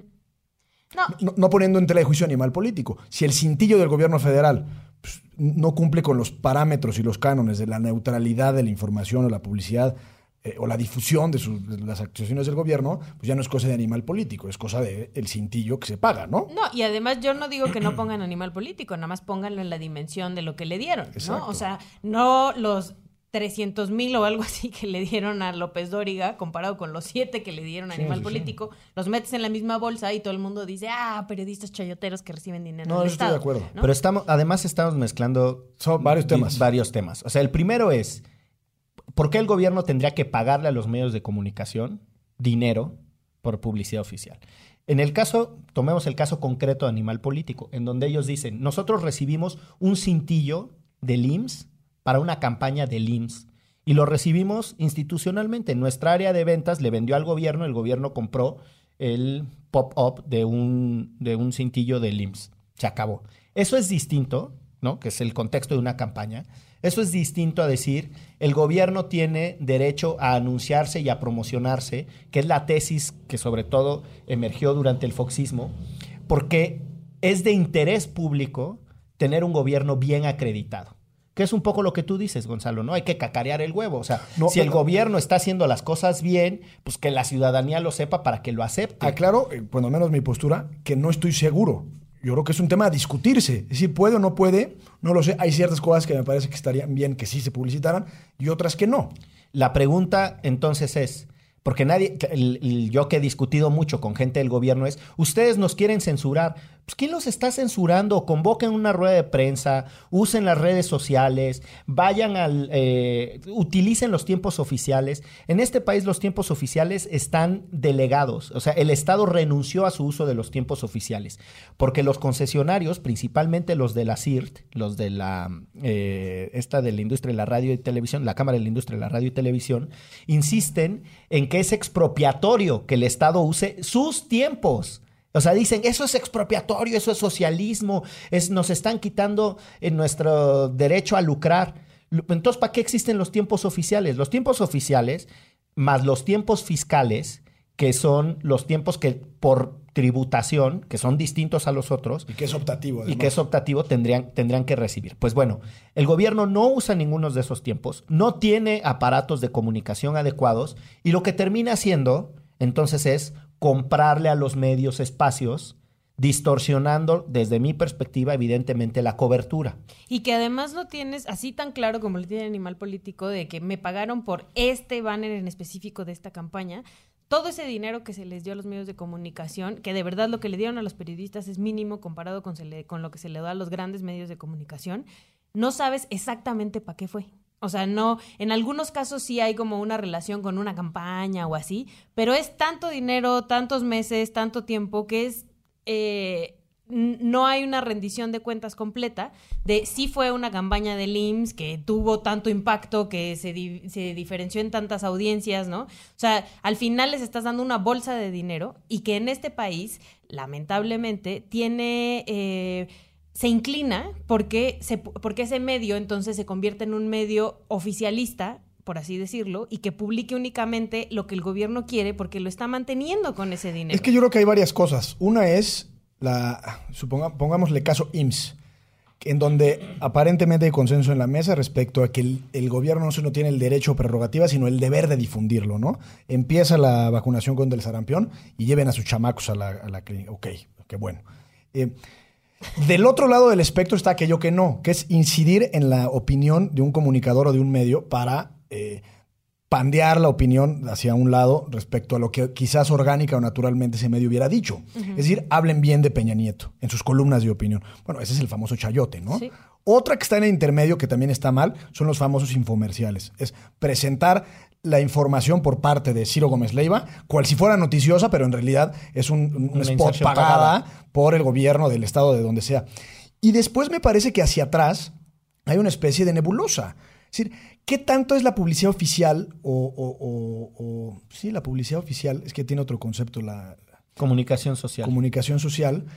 No poniendo en tela de juicio Animal Político. Si el cintillo del gobierno federal pues, no cumple con los parámetros y los cánones de la neutralidad de la información o la publicidad o la difusión de las actuaciones del gobierno, pues ya no es cosa de Animal Político, es cosa del cintillo que se paga, ¿no? No, y además yo no digo que no pongan Animal Político, nada más pónganlo en la dimensión de lo que le dieron, Exacto. ¿no? O sea, no los 300,000 o algo así que le dieron a López Dóriga, comparado con los 7 que le dieron a Animal Político, los metes en la misma bolsa y todo el mundo dice, periodistas chayoteros que reciben dinero No, del eso estoy Estado. de acuerdo. ¿no? Pero además estamos mezclando Son varios temas. Varios temas. O sea, el primero es, ¿por qué el gobierno tendría que pagarle a los medios de comunicación dinero por publicidad oficial? Tomemos el caso concreto de Animal Político, en donde ellos dicen, nosotros recibimos un cintillo del IMSS para una campaña del IMSS y lo recibimos institucionalmente. Nuestra área de ventas le vendió al gobierno, el gobierno compró el pop-up de un cintillo del IMSS. Se acabó. Eso es distinto, ¿no? Que es el contexto de una campaña. Eso es distinto a decir, el gobierno tiene derecho a anunciarse y a promocionarse, que es la tesis que sobre todo emergió durante el foxismo, porque es de interés público tener un gobierno bien acreditado. Que es un poco lo que tú dices, Gonzalo, ¿no? Hay que cacarear el huevo. O sea, si el gobierno está haciendo las cosas bien, pues que la ciudadanía lo sepa para que lo acepte. Aclaro, bueno, menos mi postura, que no estoy seguro. Yo creo que es un tema a discutirse. Es decir, ¿puede o no puede? No lo sé. Hay ciertas cosas que me parece que estarían bien que sí se publicitaran y otras que no. La pregunta entonces es, porque yo que he discutido mucho con gente del gobierno es, ustedes nos quieren censurar. Pues ¿quién los está censurando? Convoquen una rueda de prensa, usen las redes sociales, utilicen los tiempos oficiales. En este país los tiempos oficiales están delegados. O sea, el Estado renunció a su uso de los tiempos oficiales. Porque los concesionarios, principalmente los de la CIRT, los de de la industria de la radio y televisión, la Cámara de la Industria de la Radio y Televisión, insisten en que es expropiatorio que el Estado use sus tiempos. O sea, dicen, eso es expropiatorio, eso es socialismo, nos están quitando nuestro derecho a lucrar. Entonces, ¿para qué existen los tiempos oficiales? Los tiempos oficiales más los tiempos fiscales, que son los tiempos que por tributación, que son distintos a los otros. Y que es optativo. Además. Y que es optativo, tendrían que recibir. Pues bueno, el gobierno no usa ninguno de esos tiempos, no tiene aparatos de comunicación adecuados y lo que termina haciendo, entonces, es comprarle a los medios espacios, distorsionando, desde mi perspectiva, evidentemente, la cobertura. Y que además lo tienes así tan claro como lo tiene Animal Político, de que me pagaron por este banner en específico de esta campaña. todo ese dinero que se les dio a los medios de comunicación, que de verdad lo que le dieron a los periodistas es mínimo comparado con lo que se le da a los grandes medios de comunicación, no sabes exactamente para qué fue. O sea, no, en algunos casos sí hay como una relación con una campaña o así, pero es tanto dinero, tantos meses, tanto tiempo que es... no hay una rendición de cuentas completa de si fue una campaña del IMSS que tuvo tanto impacto, que se diferenció en tantas audiencias, ¿no? O sea, al final les estás dando una bolsa de dinero y que en este país, lamentablemente, se inclina porque ese medio entonces se convierte en un medio oficialista, por así decirlo, y que publique únicamente lo que el gobierno quiere porque lo está manteniendo con ese dinero. Es que yo creo que hay varias cosas. Una es pongámosle caso IMSS, en donde aparentemente hay consenso en la mesa respecto a que el gobierno no solo tiene el derecho o prerrogativa, sino el deber de difundirlo, ¿no? Empieza la vacunación contra el sarampión y lleven a sus chamacos a la clínica. Ok, qué bueno. Del otro lado del espectro está aquello que no, que es incidir en la opinión de un comunicador o de un medio para pandear la opinión hacia un lado respecto a lo que quizás orgánica o naturalmente ese medio hubiera dicho. Uh-huh. Es decir, hablen bien de Peña Nieto en sus columnas de opinión. Bueno, ese es el famoso chayote, ¿no? Sí. Otra que está en el intermedio, que también está mal, son los famosos infomerciales. Es presentar la información por parte de Ciro Gómez Leiva, cual si fuera noticiosa, pero en realidad es un spot pagada por el gobierno del estado de donde sea. Y después me parece que hacia atrás hay una especie de nebulosa. Es decir, ¿qué tanto es la publicidad oficial sí, la publicidad oficial, es que tiene otro concepto, la comunicación social. Comunicación social.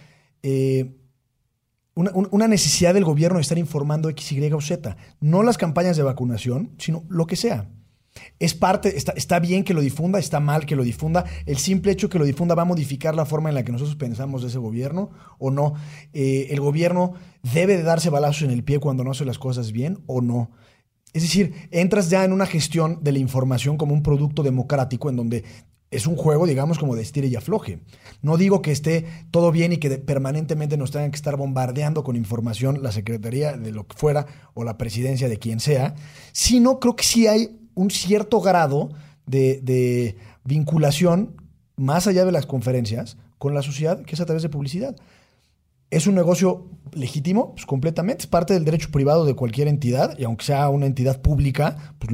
Una necesidad del gobierno de estar informando X, Y o Z. No las campañas de vacunación, sino lo que sea. Es parte, está bien que lo difunda, está mal que lo difunda. El simple hecho que lo difunda va a modificar la forma en la que nosotros pensamos de ese gobierno o no. El gobierno debe de darse balazos en el pie cuando no hace las cosas bien o no. Es decir, entras ya en una gestión de la información como un producto democrático en donde es un juego, digamos, como de estire y afloje. No digo que esté todo bien y que permanentemente nos tengan que estar bombardeando con información la Secretaría de lo que fuera o la presidencia de quien sea, sino creo que sí hay un cierto grado de vinculación más allá de las conferencias con la sociedad, que es a través de publicidad. ¿Es un negocio legítimo? Pues completamente. Es parte del derecho privado de cualquier entidad y aunque sea una entidad pública, pues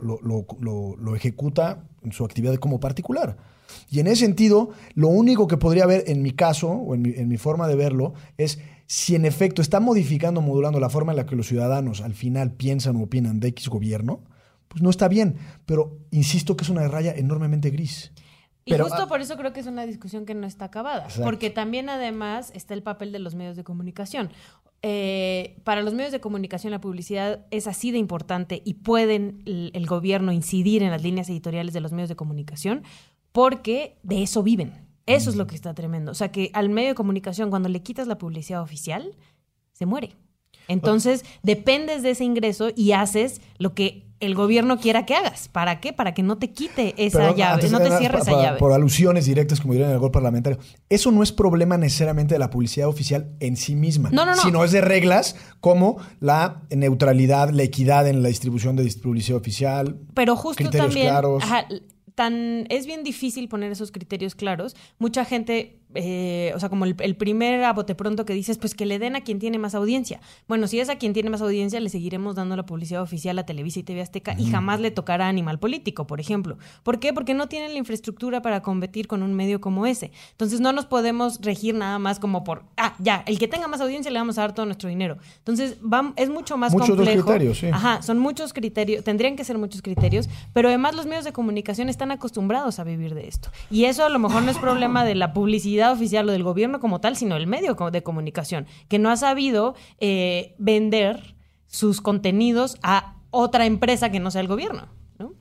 lo ejecuta en su actividad como particular. Y en ese sentido, lo único que podría haber en mi caso o en mi forma de verlo es si en efecto está modificando, modulando la forma en la que los ciudadanos al final piensan o opinan de X gobierno, pues no está bien. Pero insisto que es una raya enormemente gris. Pero, justo por eso creo que es una discusión que no está acabada. Exacto. Porque también además está el papel de los medios de comunicación. Para los medios de comunicación la publicidad es así de importante y pueden el gobierno incidir en las líneas editoriales de los medios de comunicación porque de eso viven. Eso es lo que está tremendo. O sea que al medio de comunicación cuando le quitas la publicidad oficial, se muere. Entonces dependes de ese ingreso y haces lo que el gobierno quiera que hagas. ¿Para qué? Para que no te quite esa llave, no te cierre esa llave. Por alusiones directas, como dirían en el gol parlamentario. Eso no es problema necesariamente de la publicidad oficial en sí misma. No. Sino es de reglas como la neutralidad, la equidad en la distribución de publicidad oficial. Pero justo criterios también... claros. Ajá, es bien difícil poner esos criterios claros. Mucha gente, o sea, como el primer a bote pronto que dices, pues que le den a quien tiene más audiencia. Bueno, si es a quien tiene más audiencia, le seguiremos dando la publicidad oficial a Televisa y TV Azteca y jamás le tocará a Animal Político, por ejemplo. ¿Por qué? Porque no tienen la infraestructura para competir con un medio como ese. Entonces no nos podemos regir nada más como por, el que tenga más audiencia le vamos a dar todo nuestro dinero. Entonces es mucho más complejo. Muchos criterios, sí. Ajá, son muchos criterios, tendrían que ser muchos criterios, pero además los medios de comunicación están acostumbrados a vivir de esto. Y eso a lo mejor no es problema de la publicidad oficial o del gobierno como tal, sino el medio de comunicación, que no ha sabido vender sus contenidos a otra empresa que no sea el gobierno, ¿no?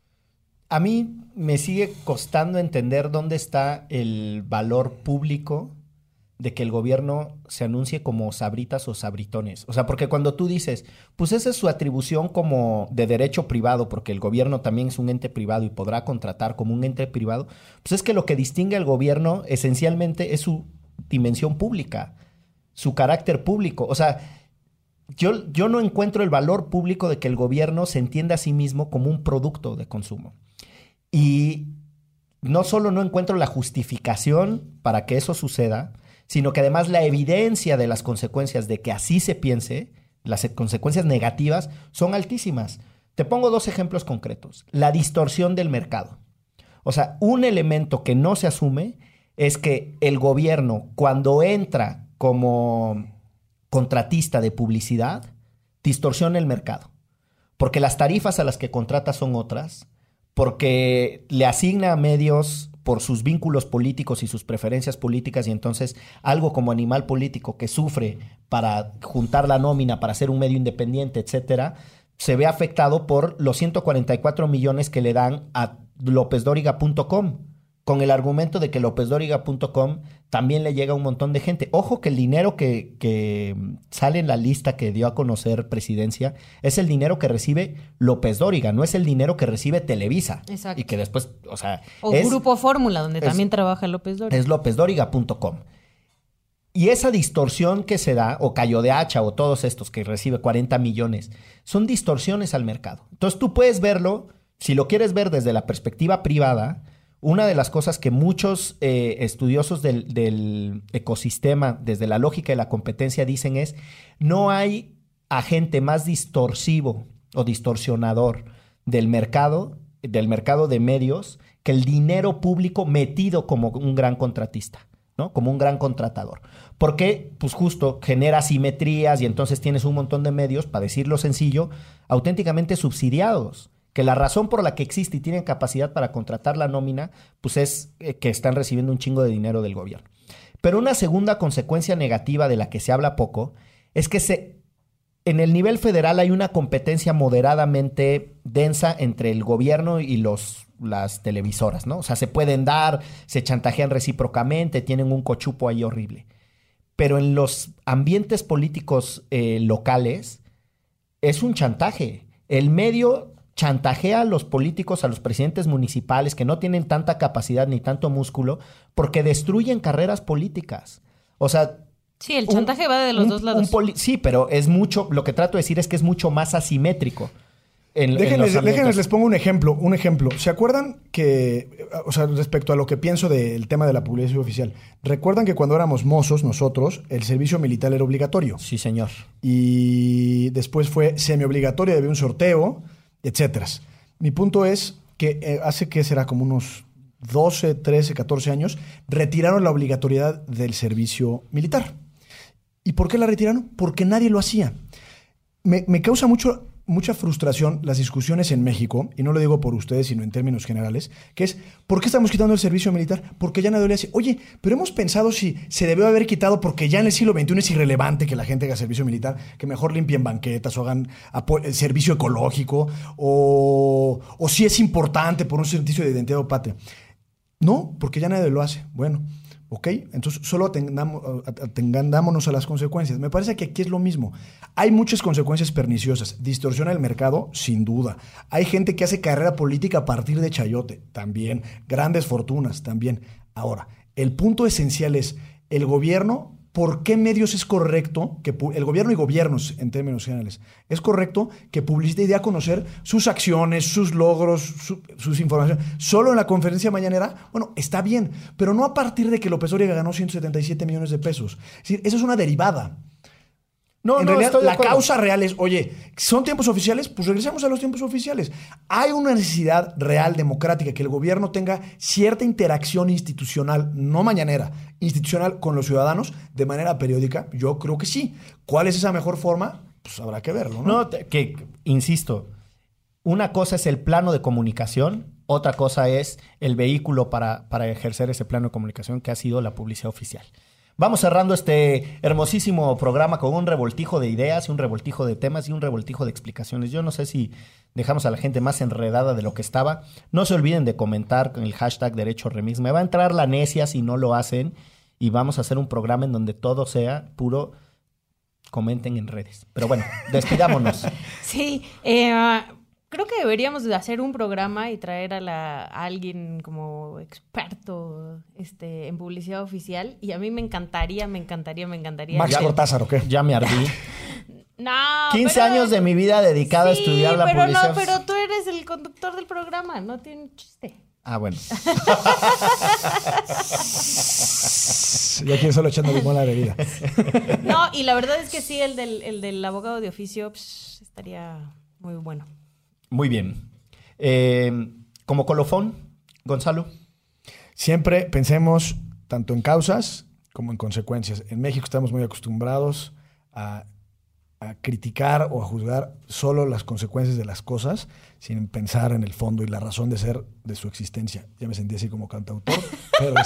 A mí me sigue costando entender dónde está el valor público de que el gobierno se anuncie como sabritas o sabritones. O sea, porque cuando tú dices, pues esa es su atribución como de derecho privado, porque el gobierno también es un ente privado y podrá contratar como un ente privado, pues es que lo que distingue al gobierno esencialmente es su dimensión pública, su carácter público. O sea, yo no encuentro el valor público de que el gobierno se entienda a sí mismo como un producto de consumo. Y no solo no encuentro la justificación para que eso suceda, sino que además la evidencia de las consecuencias de que así se piense, las consecuencias negativas, son altísimas. Te pongo 2 ejemplos concretos. La distorsión del mercado. O sea, un elemento que no se asume es que el gobierno, cuando entra como contratista de publicidad, distorsiona el mercado. Porque las tarifas a las que contrata son otras, porque le asigna a medios por sus vínculos políticos y sus preferencias políticas, y entonces algo como Animal Político, que sufre para juntar la nómina, para ser un medio independiente, etcétera, se ve afectado por los 144 millones que le dan a lopezdoriga.com, con el argumento de que lopezdoriga.com también le llega a un montón de gente. Ojo que el dinero que sale en la lista que dio a conocer Presidencia es el dinero que recibe López Dóriga, no es el dinero que recibe Televisa. Exacto. Y que después, o sea... O Grupo Fórmula, donde también trabaja López Dóriga. Es lopezdoriga.com. Y esa distorsión que se da, o Cayo de Hacha, o todos estos que recibe 40 millones, son distorsiones al mercado. Entonces tú puedes verlo, si lo quieres ver desde la perspectiva privada. Una de las cosas que muchos estudiosos del ecosistema, desde la lógica de la competencia, dicen es: no hay agente más distorsivo o distorsionador del mercado de medios que el dinero público metido como un gran contratista, ¿no? Como un gran contratador. Porque, pues justo, genera asimetrías y entonces tienes un montón de medios, para decirlo sencillo, auténticamente subsidiados. Que la razón por la que existe y tienen capacidad para contratar la nómina, pues es que están recibiendo un chingo de dinero del gobierno. Pero una segunda consecuencia negativa de la que se habla poco es que en el nivel federal hay una competencia moderadamente densa entre el gobierno y las televisoras, ¿no? O sea, se pueden dar, se chantajean recíprocamente, tienen un cochupo ahí horrible. Pero en los ambientes políticos locales es un chantaje. El medio chantajea a los políticos, a los presidentes municipales que no tienen tanta capacidad ni tanto músculo, porque destruyen carreras políticas. O sea... Sí, el chantaje va de los dos lados. Sí, pero es mucho... Lo que trato de decir es que es mucho más asimétrico. Déjenles, les pongo un ejemplo. ¿Se acuerdan que, o sea, respecto a lo que pienso del tema de la publicidad oficial, recuerdan que cuando éramos mozos nosotros, el servicio militar era obligatorio? Sí, señor. Y después fue semiobligatorio, había un sorteo, etcétera. Mi punto es que hace que será como unos 12, 13, 14 años, retiraron la obligatoriedad del servicio militar. ¿Y por qué la retiraron? Porque nadie lo hacía. Me causa mucha frustración las discusiones en México, y no lo digo por ustedes, sino en términos generales, que es, ¿por qué estamos quitando el servicio militar? Porque ya nadie lo hace. Oye, pero hemos pensado si se debió haber quitado porque ya en el siglo XXI es irrelevante que la gente haga servicio militar, que mejor limpien banquetas o hagan servicio ecológico, o si es importante por un servicio de identidad o patria. No, porque ya nadie lo hace. Bueno, ¿ok? Entonces solo atengámonos a las consecuencias. Me parece que aquí es lo mismo. Hay muchas consecuencias perniciosas. Distorsiona el mercado, sin duda. Hay gente que hace carrera política a partir de chayote, también. Grandes fortunas, también. Ahora, el punto esencial es el gobierno. ¿Por qué medios es correcto que el gobierno y gobiernos, en términos generales, es correcto que publicite y dé a conocer sus acciones, sus logros, sus informaciones? Solo en la conferencia mañanera, bueno, está bien, pero no a partir de que López Dóriga ganó 177 millones de pesos. Es decir, eso es una derivada. En realidad, la causa real es, oye, ¿son tiempos oficiales? Pues regresamos a los tiempos oficiales. Hay una necesidad real, democrática, que el gobierno tenga cierta interacción institucional, no mañanera, institucional con los ciudadanos de manera periódica. Yo creo que sí. ¿Cuál es esa mejor forma? Pues habrá que verlo, ¿no? Insisto, una cosa es el plano de comunicación, otra cosa es el vehículo para ejercer ese plano de comunicación que ha sido la publicidad oficial. Vamos cerrando este hermosísimo programa con un revoltijo de ideas y un revoltijo de temas y un revoltijo de explicaciones. Yo no sé si dejamos a la gente más enredada de lo que estaba. No se olviden de comentar con el hashtag #DerechoRemix. Me va a entrar la necia si no lo hacen, y vamos a hacer un programa en donde todo sea puro comenten en redes. Pero bueno, despidámonos. Sí, creo que deberíamos de hacer un programa y traer a alguien como experto en publicidad oficial. Y a mí me encantaría. Max Cortázar, ¿o qué? Ya me ardí. No, 15 años de mi vida dedicada a estudiar la publicidad. Pero tú eres el conductor del programa, no tiene chiste. Ah, bueno. Ya quiero solo echando limón a la bebida. No, y la verdad es que sí, el del abogado de oficio estaría muy bueno. Muy bien. Como colofón, Gonzalo. Siempre pensemos tanto en causas como en consecuencias. En México estamos muy acostumbrados a criticar o a juzgar solo las consecuencias de las cosas sin pensar en el fondo y la razón de ser de su existencia. Ya me sentí así como cantautor, pero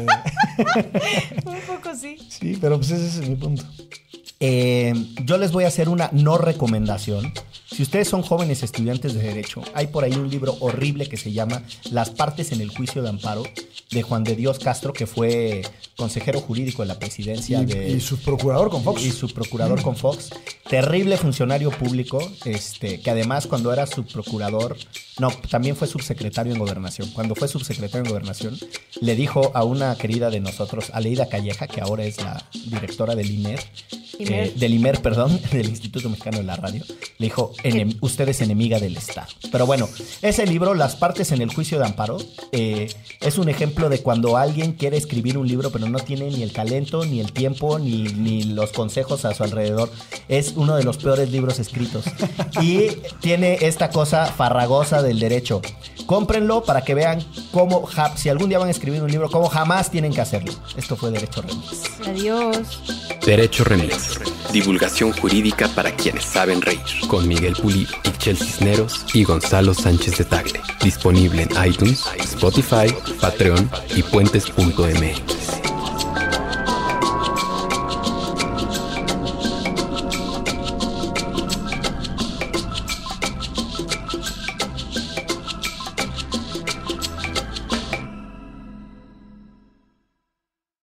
Un poco sí. Sí, pero pues ese es mi punto. Yo les voy a hacer una no recomendación. Si ustedes son jóvenes estudiantes de Derecho, hay por ahí un libro horrible que se llama Las partes en el juicio de amparo, de Juan de Dios Castro, que fue consejero jurídico de la presidencia y subprocurador con Fox. Y subprocurador con Fox. Terrible funcionario público, que además cuando era subprocurador, también fue subsecretario en Gobernación. Cuando fue subsecretario en Gobernación, le dijo a una querida de nosotros, Aleida Calleja, que ahora es la directora del IMER, del Instituto Mexicano de la Radio, le dijo, usted es enemiga del Estado. Pero bueno, ese libro, Las partes en el juicio de amparo, es un ejemplo de cuando alguien quiere escribir un libro pero no tiene ni el talento, ni el tiempo, ni los consejos a su alrededor. Es uno de los peores libros escritos. Y tiene esta cosa farragosa del derecho. Cómprenlo para que vean cómo, si algún día van a escribir un libro, cómo jamás tienen que hacerlo. Esto fue Derecho Remix. Adiós. Derecho Remix. Divulgación jurídica para quienes saben reír. Con Miguel Pulido, Ixchel Cisneros y Gonzalo Sánchez de Tagle. Disponible en iTunes, Spotify, Patreon y puentes.mx.